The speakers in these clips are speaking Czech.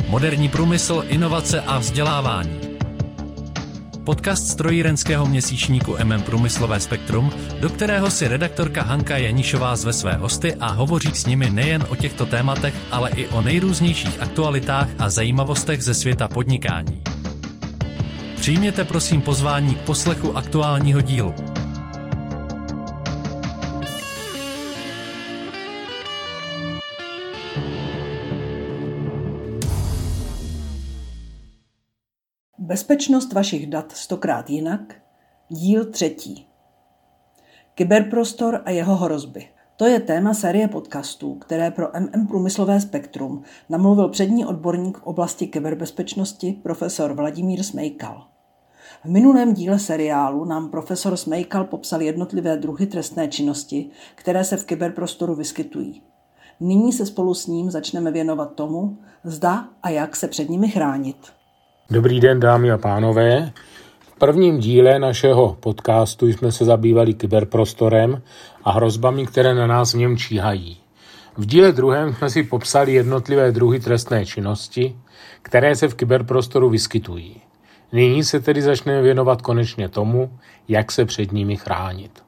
Moderní průmysl, inovace a vzdělávání. Podcast strojírenského měsíčníku Průmyslové spektrum, do kterého si redaktorka Hanka Janišová zve své hosty a hovoří s nimi nejen o těchto tématech, ale i o nejrůznějších aktualitách a zajímavostech ze světa podnikání. Přijměte prosím pozvání k poslechu aktuálního dílu. Bezpečnost vašich dat 100krát jinak, díl 3. Kyberprostor a jeho hrozby. To je téma série podcastů, které pro Průmyslové spektrum namluvil přední odborník v oblasti kyberbezpečnosti profesor Vladimír Smejkal. V minulém díle seriálu nám profesor Smejkal popsal jednotlivé druhy trestné činnosti, které se v kyberprostoru vyskytují. Nyní se spolu s ním začneme věnovat tomu, zda a jak se před nimi chránit. Dobrý den, dámy a pánové. V prvním díle našeho podcastu jsme se zabývali kyberprostorem a hrozbami, které na nás v něm číhají. V díle druhém jsme si popsali jednotlivé druhy trestné činnosti, které se v kyberprostoru vyskytují. Nyní se tedy začneme věnovat konečně tomu, jak se před nimi chránit.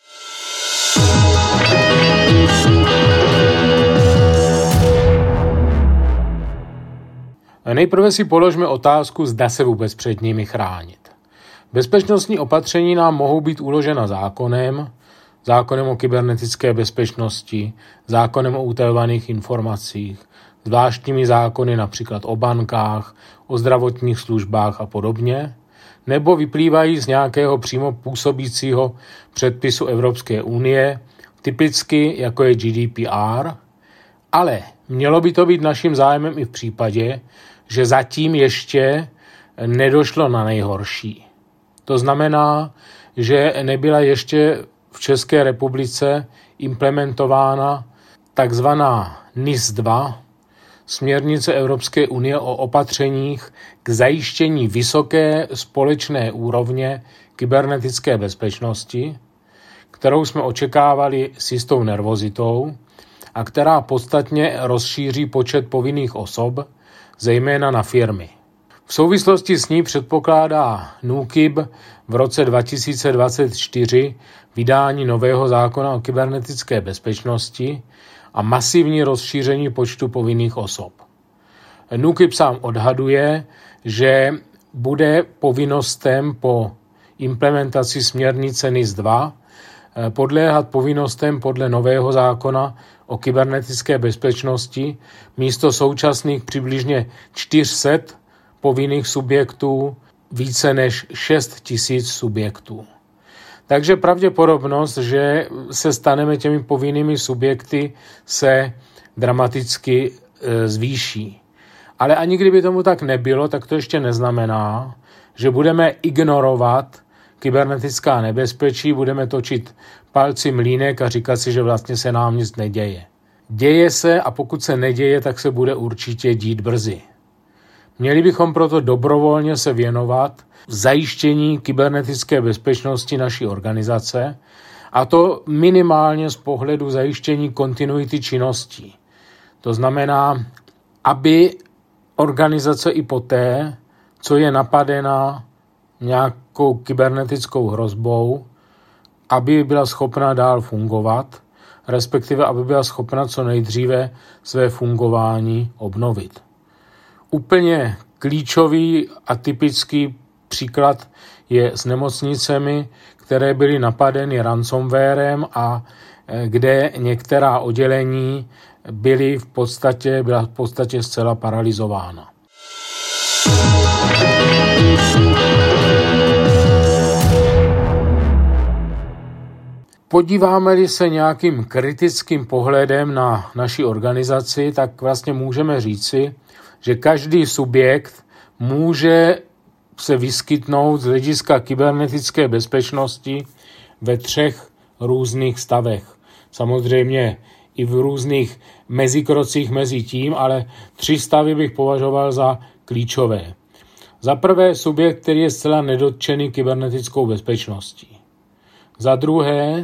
Nejprve si položme otázku, zda se vůbec před nimi chránit. Bezpečnostní opatření nám mohou být uložena zákonem o kybernetické bezpečnosti, zákonem o utajovaných informacích, zvláštními zákony například o bankách, o zdravotních službách a podobně, nebo vyplývají z nějakého přímo působícího předpisu Evropské unie, typicky jako je GDPR, ale mělo by to být naším zájmem i v případě, že zatím ještě nedošlo na nejhorší. To znamená, že nebyla ještě v České republice implementována takzvaná NIS-2, směrnice Evropské unie o opatřeních k zajištění vysoké společné úrovně kybernetické bezpečnosti, kterou jsme očekávali s jistou nervozitou a která podstatně rozšíří počet povinných osob, zejména na firmy. V souvislosti s ní předpokládá NÚKIB v roce 2024 vydání nového zákona o kybernetické bezpečnosti a masivní rozšíření počtu povinných osob. NÚKIB sám odhaduje, že bude povinnostem po implementaci směrnice NIS-2 podléhat povinnostem podle nového zákona o kybernetické bezpečnosti místo současných přibližně 400 povinných subjektů více než 6 000 subjektů. Takže pravděpodobnost, že se staneme těmi povinnými subjekty, se dramaticky zvýší. Ale ani kdyby tomu tak nebylo, tak to ještě neznamená, že budeme ignorovat kybernetická nebezpečí, budeme točit palci mlýnek a říkat si, že vlastně se nám nic neděje. Děje se a pokud se neděje, tak se bude určitě dít brzy. Měli bychom proto dobrovolně se věnovat v zajištění kybernetické bezpečnosti naší organizace, a to minimálně z pohledu zajištění kontinuity činností. To znamená, aby organizace i poté, co je napadena nějakou kybernetickou hrozbou, aby byla schopna dál fungovat, respektive aby byla schopna co nejdříve své fungování obnovit. Úplně klíčový a typický příklad je s nemocnicemi, které byly napadeny ransomwarem a kde některá oddělení byla v podstatě zcela paralyzována. Podíváme-li se nějakým kritickým pohledem na naši organizaci, tak vlastně můžeme říci, že každý subjekt může se vyskytnout z hlediska kybernetické bezpečnosti ve 3 různých stavech. Samozřejmě i v různých mezikrocích mezi tím, ale 3 stavy bych považoval za klíčové. Za prvé subjekt, který je zcela nedotčený kybernetickou bezpečností. Za druhé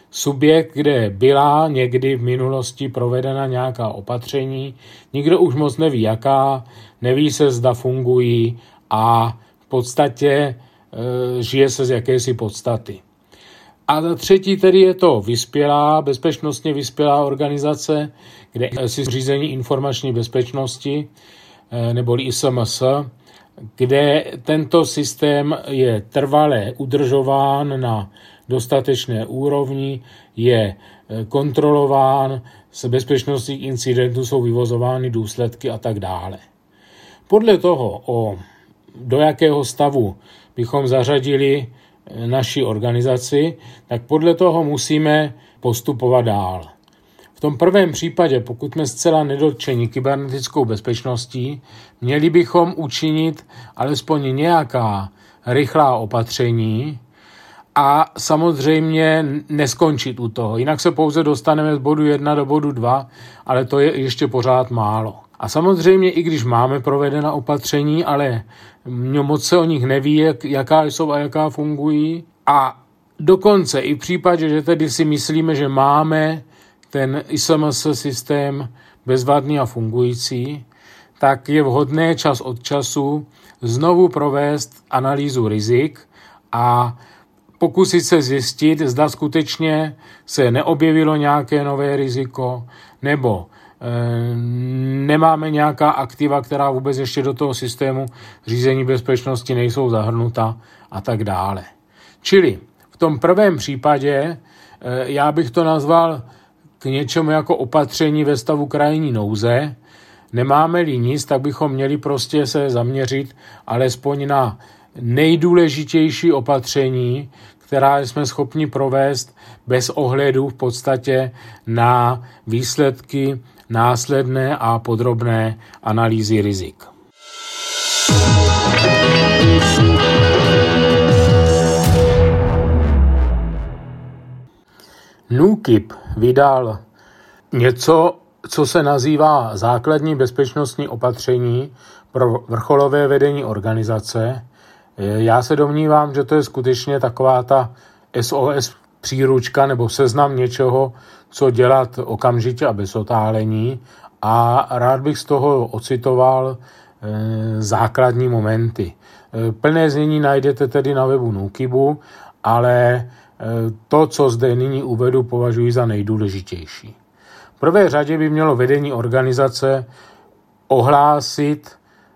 subjekt, kde byla někdy v minulosti provedena nějaká opatření, nikdo už moc neví jaká, neví se, zda fungují a v podstatě žije se z jakési podstaty. A za třetí tedy je to bezpečnostně vyspělá organizace, kde si řízení informační bezpečnosti, neboli ISMS, kde tento systém je trvale udržován na dostatečné úrovni, je kontrolován, z bezpečnostních incidentů jsou vyvozovány důsledky a tak dále. Podle toho, do jakého stavu bychom zařadili naši organizaci, tak podle toho musíme postupovat dál. V tom prvém případě, pokud jsme zcela nedotčeni kybernetickou bezpečností, měli bychom učinit alespoň nějaká rychlá opatření a samozřejmě neskončit u toho. Jinak se pouze dostaneme z bodu 1 do bodu 2, ale to je ještě pořád málo. A samozřejmě, i když máme provedena opatření, ale moc se o nich neví, jaká jsou a jaká fungují. A dokonce i v případě, že tedy si myslíme, že máme ten ISMS systém bezvadný a fungující, tak je vhodné čas od času znovu provést analýzu rizik a pokusit se zjistit, zda skutečně se neobjevilo nějaké nové riziko, nebo nemáme nějaká aktiva, která vůbec ještě do toho systému řízení bezpečnosti nejsou zahrnuta a tak dále. Čili v tom prvém případě já bych to nazval k něčemu jako opatření ve stavu krajní nouze. Nemáme-li nic, tak bychom měli prostě se zaměřit alespoň na nejdůležitější opatření, která jsme schopni provést bez ohledu v podstatě na výsledky následné a podrobné analýzy rizik. NÚKIB vydal něco, co se nazývá základní bezpečnostní opatření pro vrcholové vedení organizace. Já se domnívám, že to je skutečně taková ta SOS příručka nebo seznam něčeho, co dělat okamžitě a bez otálení, a rád bych z toho ocitoval základní momenty. Plné znění najdete tedy na webu NÚKIBu, ale to, co zde nyní uvedu, považuji za nejdůležitější. V prvé řadě by mělo vedení organizace ohlásit,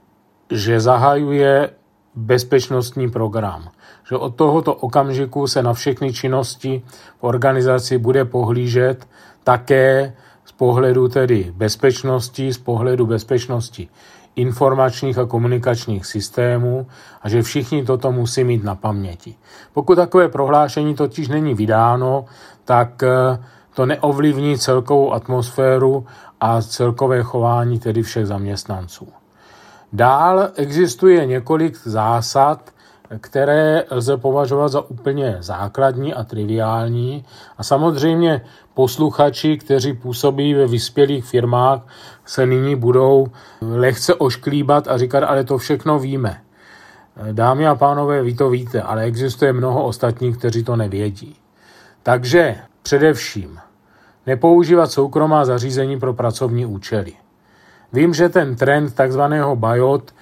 že zahajuje bezpečnostní program. Že od tohoto okamžiku se na všechny činnosti v organizaci bude pohlížet také z pohledu tedy bezpečnosti, z pohledu bezpečnosti informačních a komunikačních systémů a že všichni toto musí mít na paměti. Pokud takové prohlášení totiž není vydáno, tak to neovlivní celkovou atmosféru a celkové chování tedy všech zaměstnanců. Dál existuje několik zásad, které lze považovat za úplně základní a triviální. A samozřejmě posluchači, kteří působí ve vyspělých firmách, se nyní budou lehce ošklíbat a říkat, ale to všechno víme. Dámy a pánové, vy to víte, ale existuje mnoho ostatních, kteří to nevědí. Takže především nepoužívat soukromá zařízení pro pracovní účely. Vím, že ten trend takzvaného BIOT,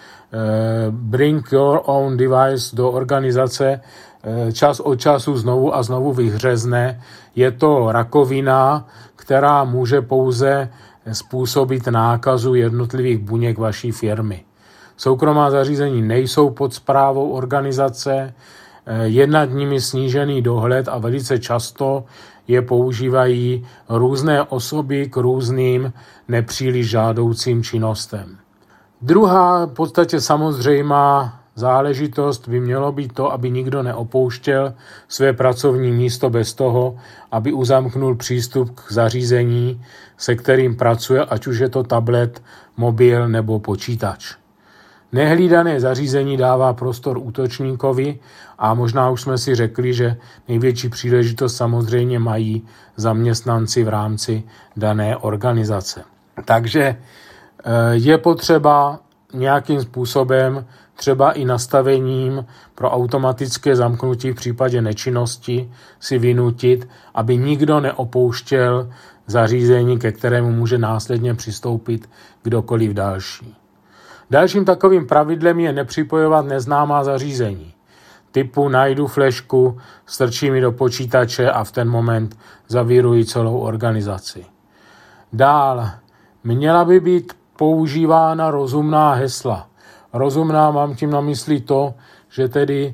Bring Your Own Device, do organizace čas od času znovu a znovu vyhřezne. Je to rakovina, která může pouze způsobit nákazu jednotlivých buněk vaší firmy. Soukromá zařízení nejsou pod správou organizace, je nad nimi snížený dohled a velice často je používají různé osoby k různým nepříliš žádoucím činnostem. Druhá v podstatě samozřejmá záležitost by mělo být to, aby nikdo neopouštěl své pracovní místo bez toho, aby uzamknul přístup k zařízení, se kterým pracuje, ať už je to tablet, mobil nebo počítač. Nehlídané zařízení dává prostor útočníkovi a možná už jsme si řekli, že největší příležitost samozřejmě mají zaměstnanci v rámci dané organizace. Takže je potřeba nějakým způsobem třeba i nastavením pro automatické zamknutí v případě nečinnosti si vynutit, aby nikdo neopouštěl zařízení, ke kterému může následně přistoupit kdokoliv další. Dalším takovým pravidlem je nepřipojovat neznámá zařízení. Typu najdu flešku, strčím ji do počítače a v ten moment zavíruji celou organizaci. Dál, měla by být používána rozumná hesla. Rozumná mám tím na mysli to, že tedy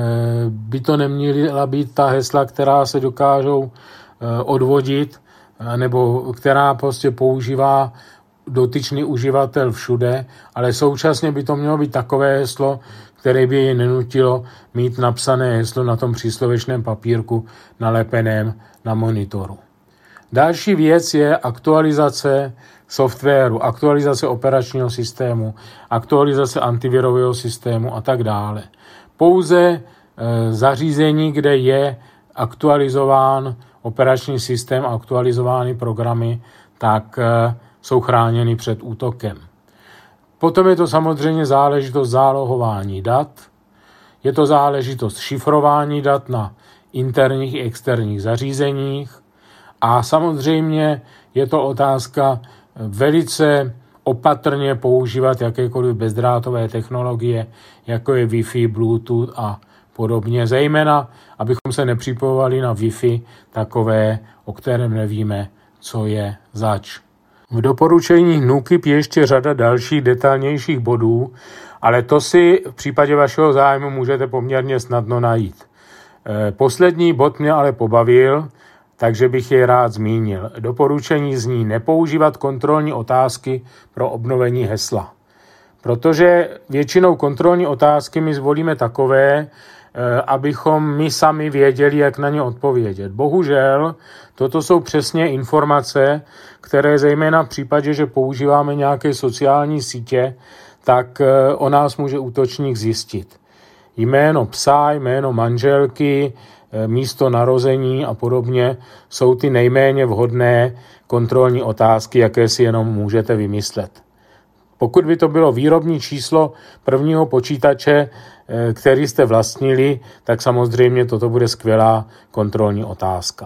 by to neměla být ta hesla, která se dokážou odvodit, nebo která prostě používá dotyčný uživatel všude, ale současně by to mělo být takové heslo, které by jej nenutilo mít napsané heslo na tom příslovečném papírku nalepeném na monitoru. Další věc je aktualizace softwaru, aktualizace operačního systému, aktualizace antivirového systému a tak dále. Pouze zařízení, kde je aktualizován operační systém, aktualizovány programy, tak jsou chráněny před útokem. Potom je to samozřejmě záležitost zálohování dat, je to záležitost šifrování dat na interních i externích zařízeních a samozřejmě je to otázka velice opatrně používat jakékoliv bezdrátové technologie, jako je Wi-Fi, Bluetooth a podobně, zejména abychom se nepřipojovali na Wi-Fi takové, o kterém nevíme, co je zač. V doporučení NÚKIB je ještě řada dalších detailnějších bodů, ale to si v případě vašeho zájmu můžete poměrně snadno najít. Poslední bod mě ale pobavil, takže bych jej rád zmínil. Doporučení zní nepoužívat kontrolní otázky pro obnovení hesla. Protože většinou kontrolní otázky my zvolíme takové, abychom my sami věděli, jak na ně odpovědět. Bohužel, toto jsou přesně informace, které zejména v případě, že používáme nějaké sociální sítě, tak o nás může útočník zjistit. Jméno psa, jméno manželky, místo narození a podobně jsou ty nejméně vhodné kontrolní otázky, jaké si jenom můžete vymyslet. Pokud by to bylo výrobní číslo prvního počítače, který jste vlastnili, tak samozřejmě toto bude skvělá kontrolní otázka.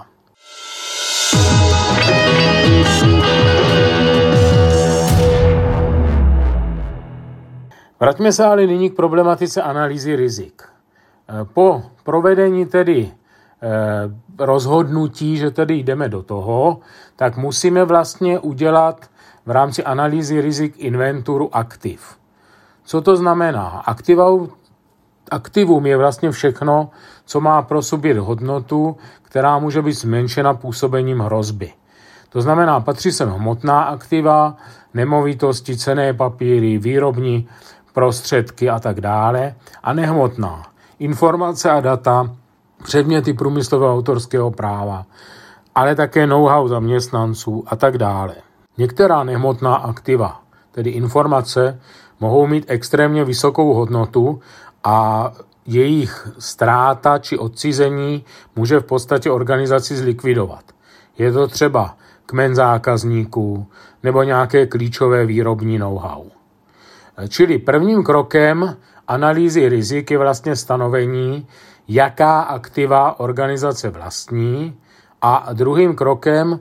Vraťme se ale nyní k problematice analýzy rizik. Po provedení tedy rozhodnutí, že tedy jdeme do toho, tak musíme vlastně udělat v rámci analýzy rizik inventuru aktiv. Co to znamená? Aktivum je vlastně všechno, co má pro subjekt hodnotu, která může být zmenšena působením hrozby. To znamená, patří sem hmotná aktiva, nemovitosti, cenné papíry, výrobní prostředky a tak dále, a nehmotná informace a data, předměty průmyslového autorského práva, ale také know-how zaměstnanců a tak dále. Některá nehmotná aktiva, tedy informace, mohou mít extrémně vysokou hodnotu a jejich ztráta či odcizení může v podstatě organizaci zlikvidovat. Je to třeba kmen zákazníků nebo nějaké klíčové výrobní know-how. Čili prvním krokem analýzy rizik je vlastně stanovení, jaká aktiva organizace vlastní, a druhým krokem,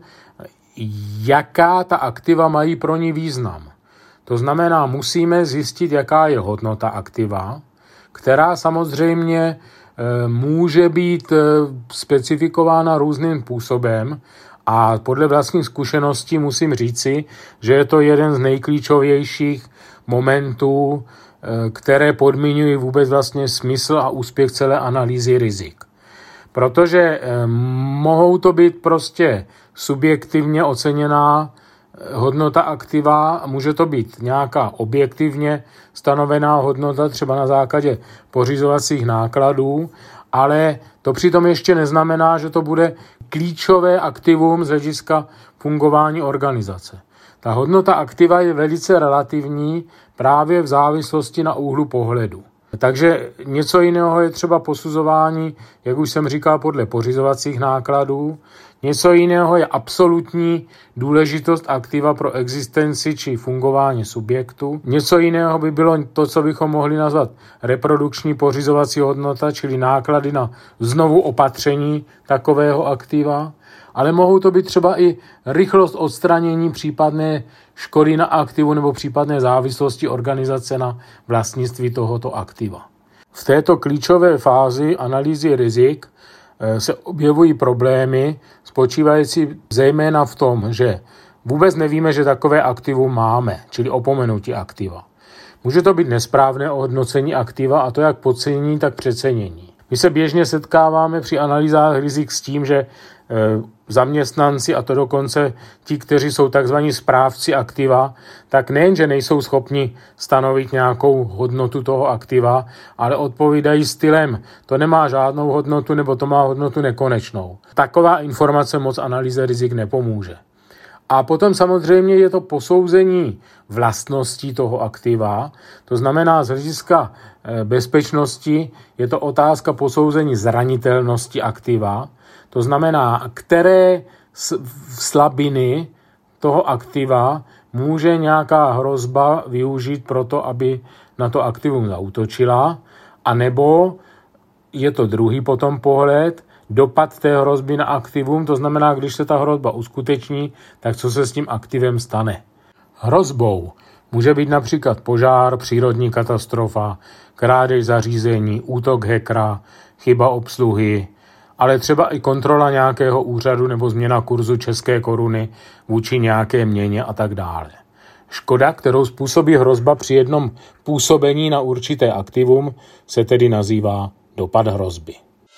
jaká ta aktiva mají pro ní význam. To znamená, musíme zjistit, jaká je hodnota aktiva, která samozřejmě může být specifikována různým způsobem, a podle vlastních zkušeností musím říci, že je to jeden z nejklíčovějších momentů, které podmiňují vůbec vlastně smysl a úspěch celé analýzy rizik. Protože mohou to být prostě subjektivně oceněná hodnota aktiva, může to být nějaká objektivně stanovená hodnota, třeba na základě pořizovacích nákladů, ale to přitom ještě neznamená, že to bude klíčové aktivum z hlediska fungování organizace. Ta hodnota aktiva je velice relativní právě v závislosti na úhlu pohledu. Takže něco jiného je třeba posuzování, jak už jsem říkal, podle pořizovacích nákladů, Něco jiného je absolutní důležitost aktiva pro existenci či fungování subjektu. Něco jiného by bylo to, co bychom mohli nazvat reprodukční pořizovací hodnota, čili náklady na znovu opatření takového aktiva. Ale mohou to být třeba i rychlost odstranění případné škody na aktivu nebo případné závislosti organizace na vlastnictví tohoto aktiva. V této klíčové fázi analýzy rizik se objevují problémy spočívající zejména v tom, že vůbec nevíme, že takové aktivum máme, čili opomenutí aktiva. Může to být nesprávné ohodnocení aktiva, a to jak podcenění, tak přecenění. My se běžně setkáváme při analýzách rizik s tím, že zaměstnanci, a to dokonce ti, kteří jsou takzvaní správci aktiva, tak nejenže nejsou schopni stanovit nějakou hodnotu toho aktiva, ale odpovídají stylem, to nemá žádnou hodnotu nebo to má hodnotu nekonečnou. Taková informace moc analýze rizik nepomůže. A potom samozřejmě je to posouzení vlastností toho aktiva, to znamená z hlediska bezpečnosti je to otázka posouzení zranitelnosti aktiva, to znamená, které slabiny toho aktiva může nějaká hrozba využít pro to, aby na to aktivum zaútočila, anebo je to druhý potom pohled, dopad té hrozby na aktivum, to znamená, když se ta hrozba uskuteční, tak co se s tím aktivem stane. Hrozbou může být například požár, přírodní katastrofa, krádež zařízení, útok hackera, chyba obsluhy, ale třeba i kontrola nějakého úřadu nebo změna kurzu české koruny vůči nějaké měně a tak dále. Škoda, kterou způsobí hrozba při jednom působení na určité aktivum, se tedy nazývá dopad hrozby.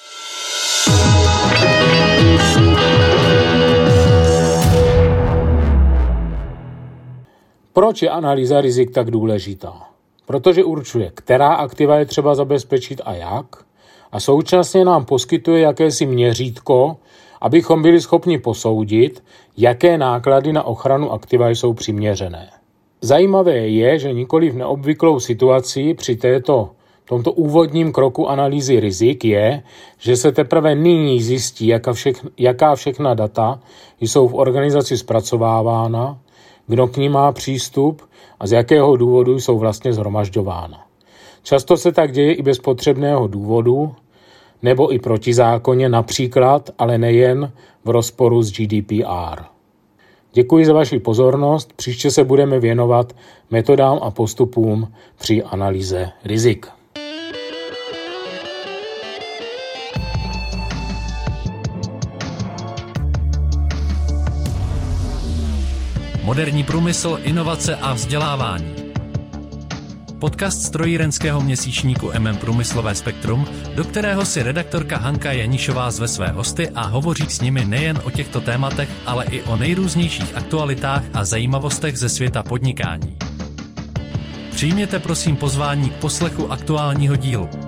Proč je analýza rizik tak důležitá? Protože určuje, která aktiva je třeba zabezpečit a jak, a současně nám poskytuje jakési měřítko, abychom byli schopni posoudit, jaké náklady na ochranu aktiva jsou přiměřené. Zajímavé je, že nikoli v neobvyklou situaci při tomto úvodním kroku analýzy rizik je, že se teprve nyní zjistí, jaká všechna data jsou v organizaci zpracovávána, kdo k ní má přístup a z jakého důvodu jsou vlastně shromažďována. Často se tak děje i bez potřebného důvodu, nebo i protizákonně například, ale nejen v rozporu s GDPR. Děkuji za vaši pozornost, příště se budeme věnovat metodám a postupům při analýze rizik. Moderní průmysl, inovace a vzdělávání. Podcast strojírenského měsíčníku Průmyslové spektrum, do kterého si redaktorka Hanka Janišová zve své hosty a hovoří s nimi nejen o těchto tématech, ale i o nejrůznějších aktualitách a zajímavostech ze světa podnikání. Přijměte prosím pozvání k poslechu aktuálního dílu.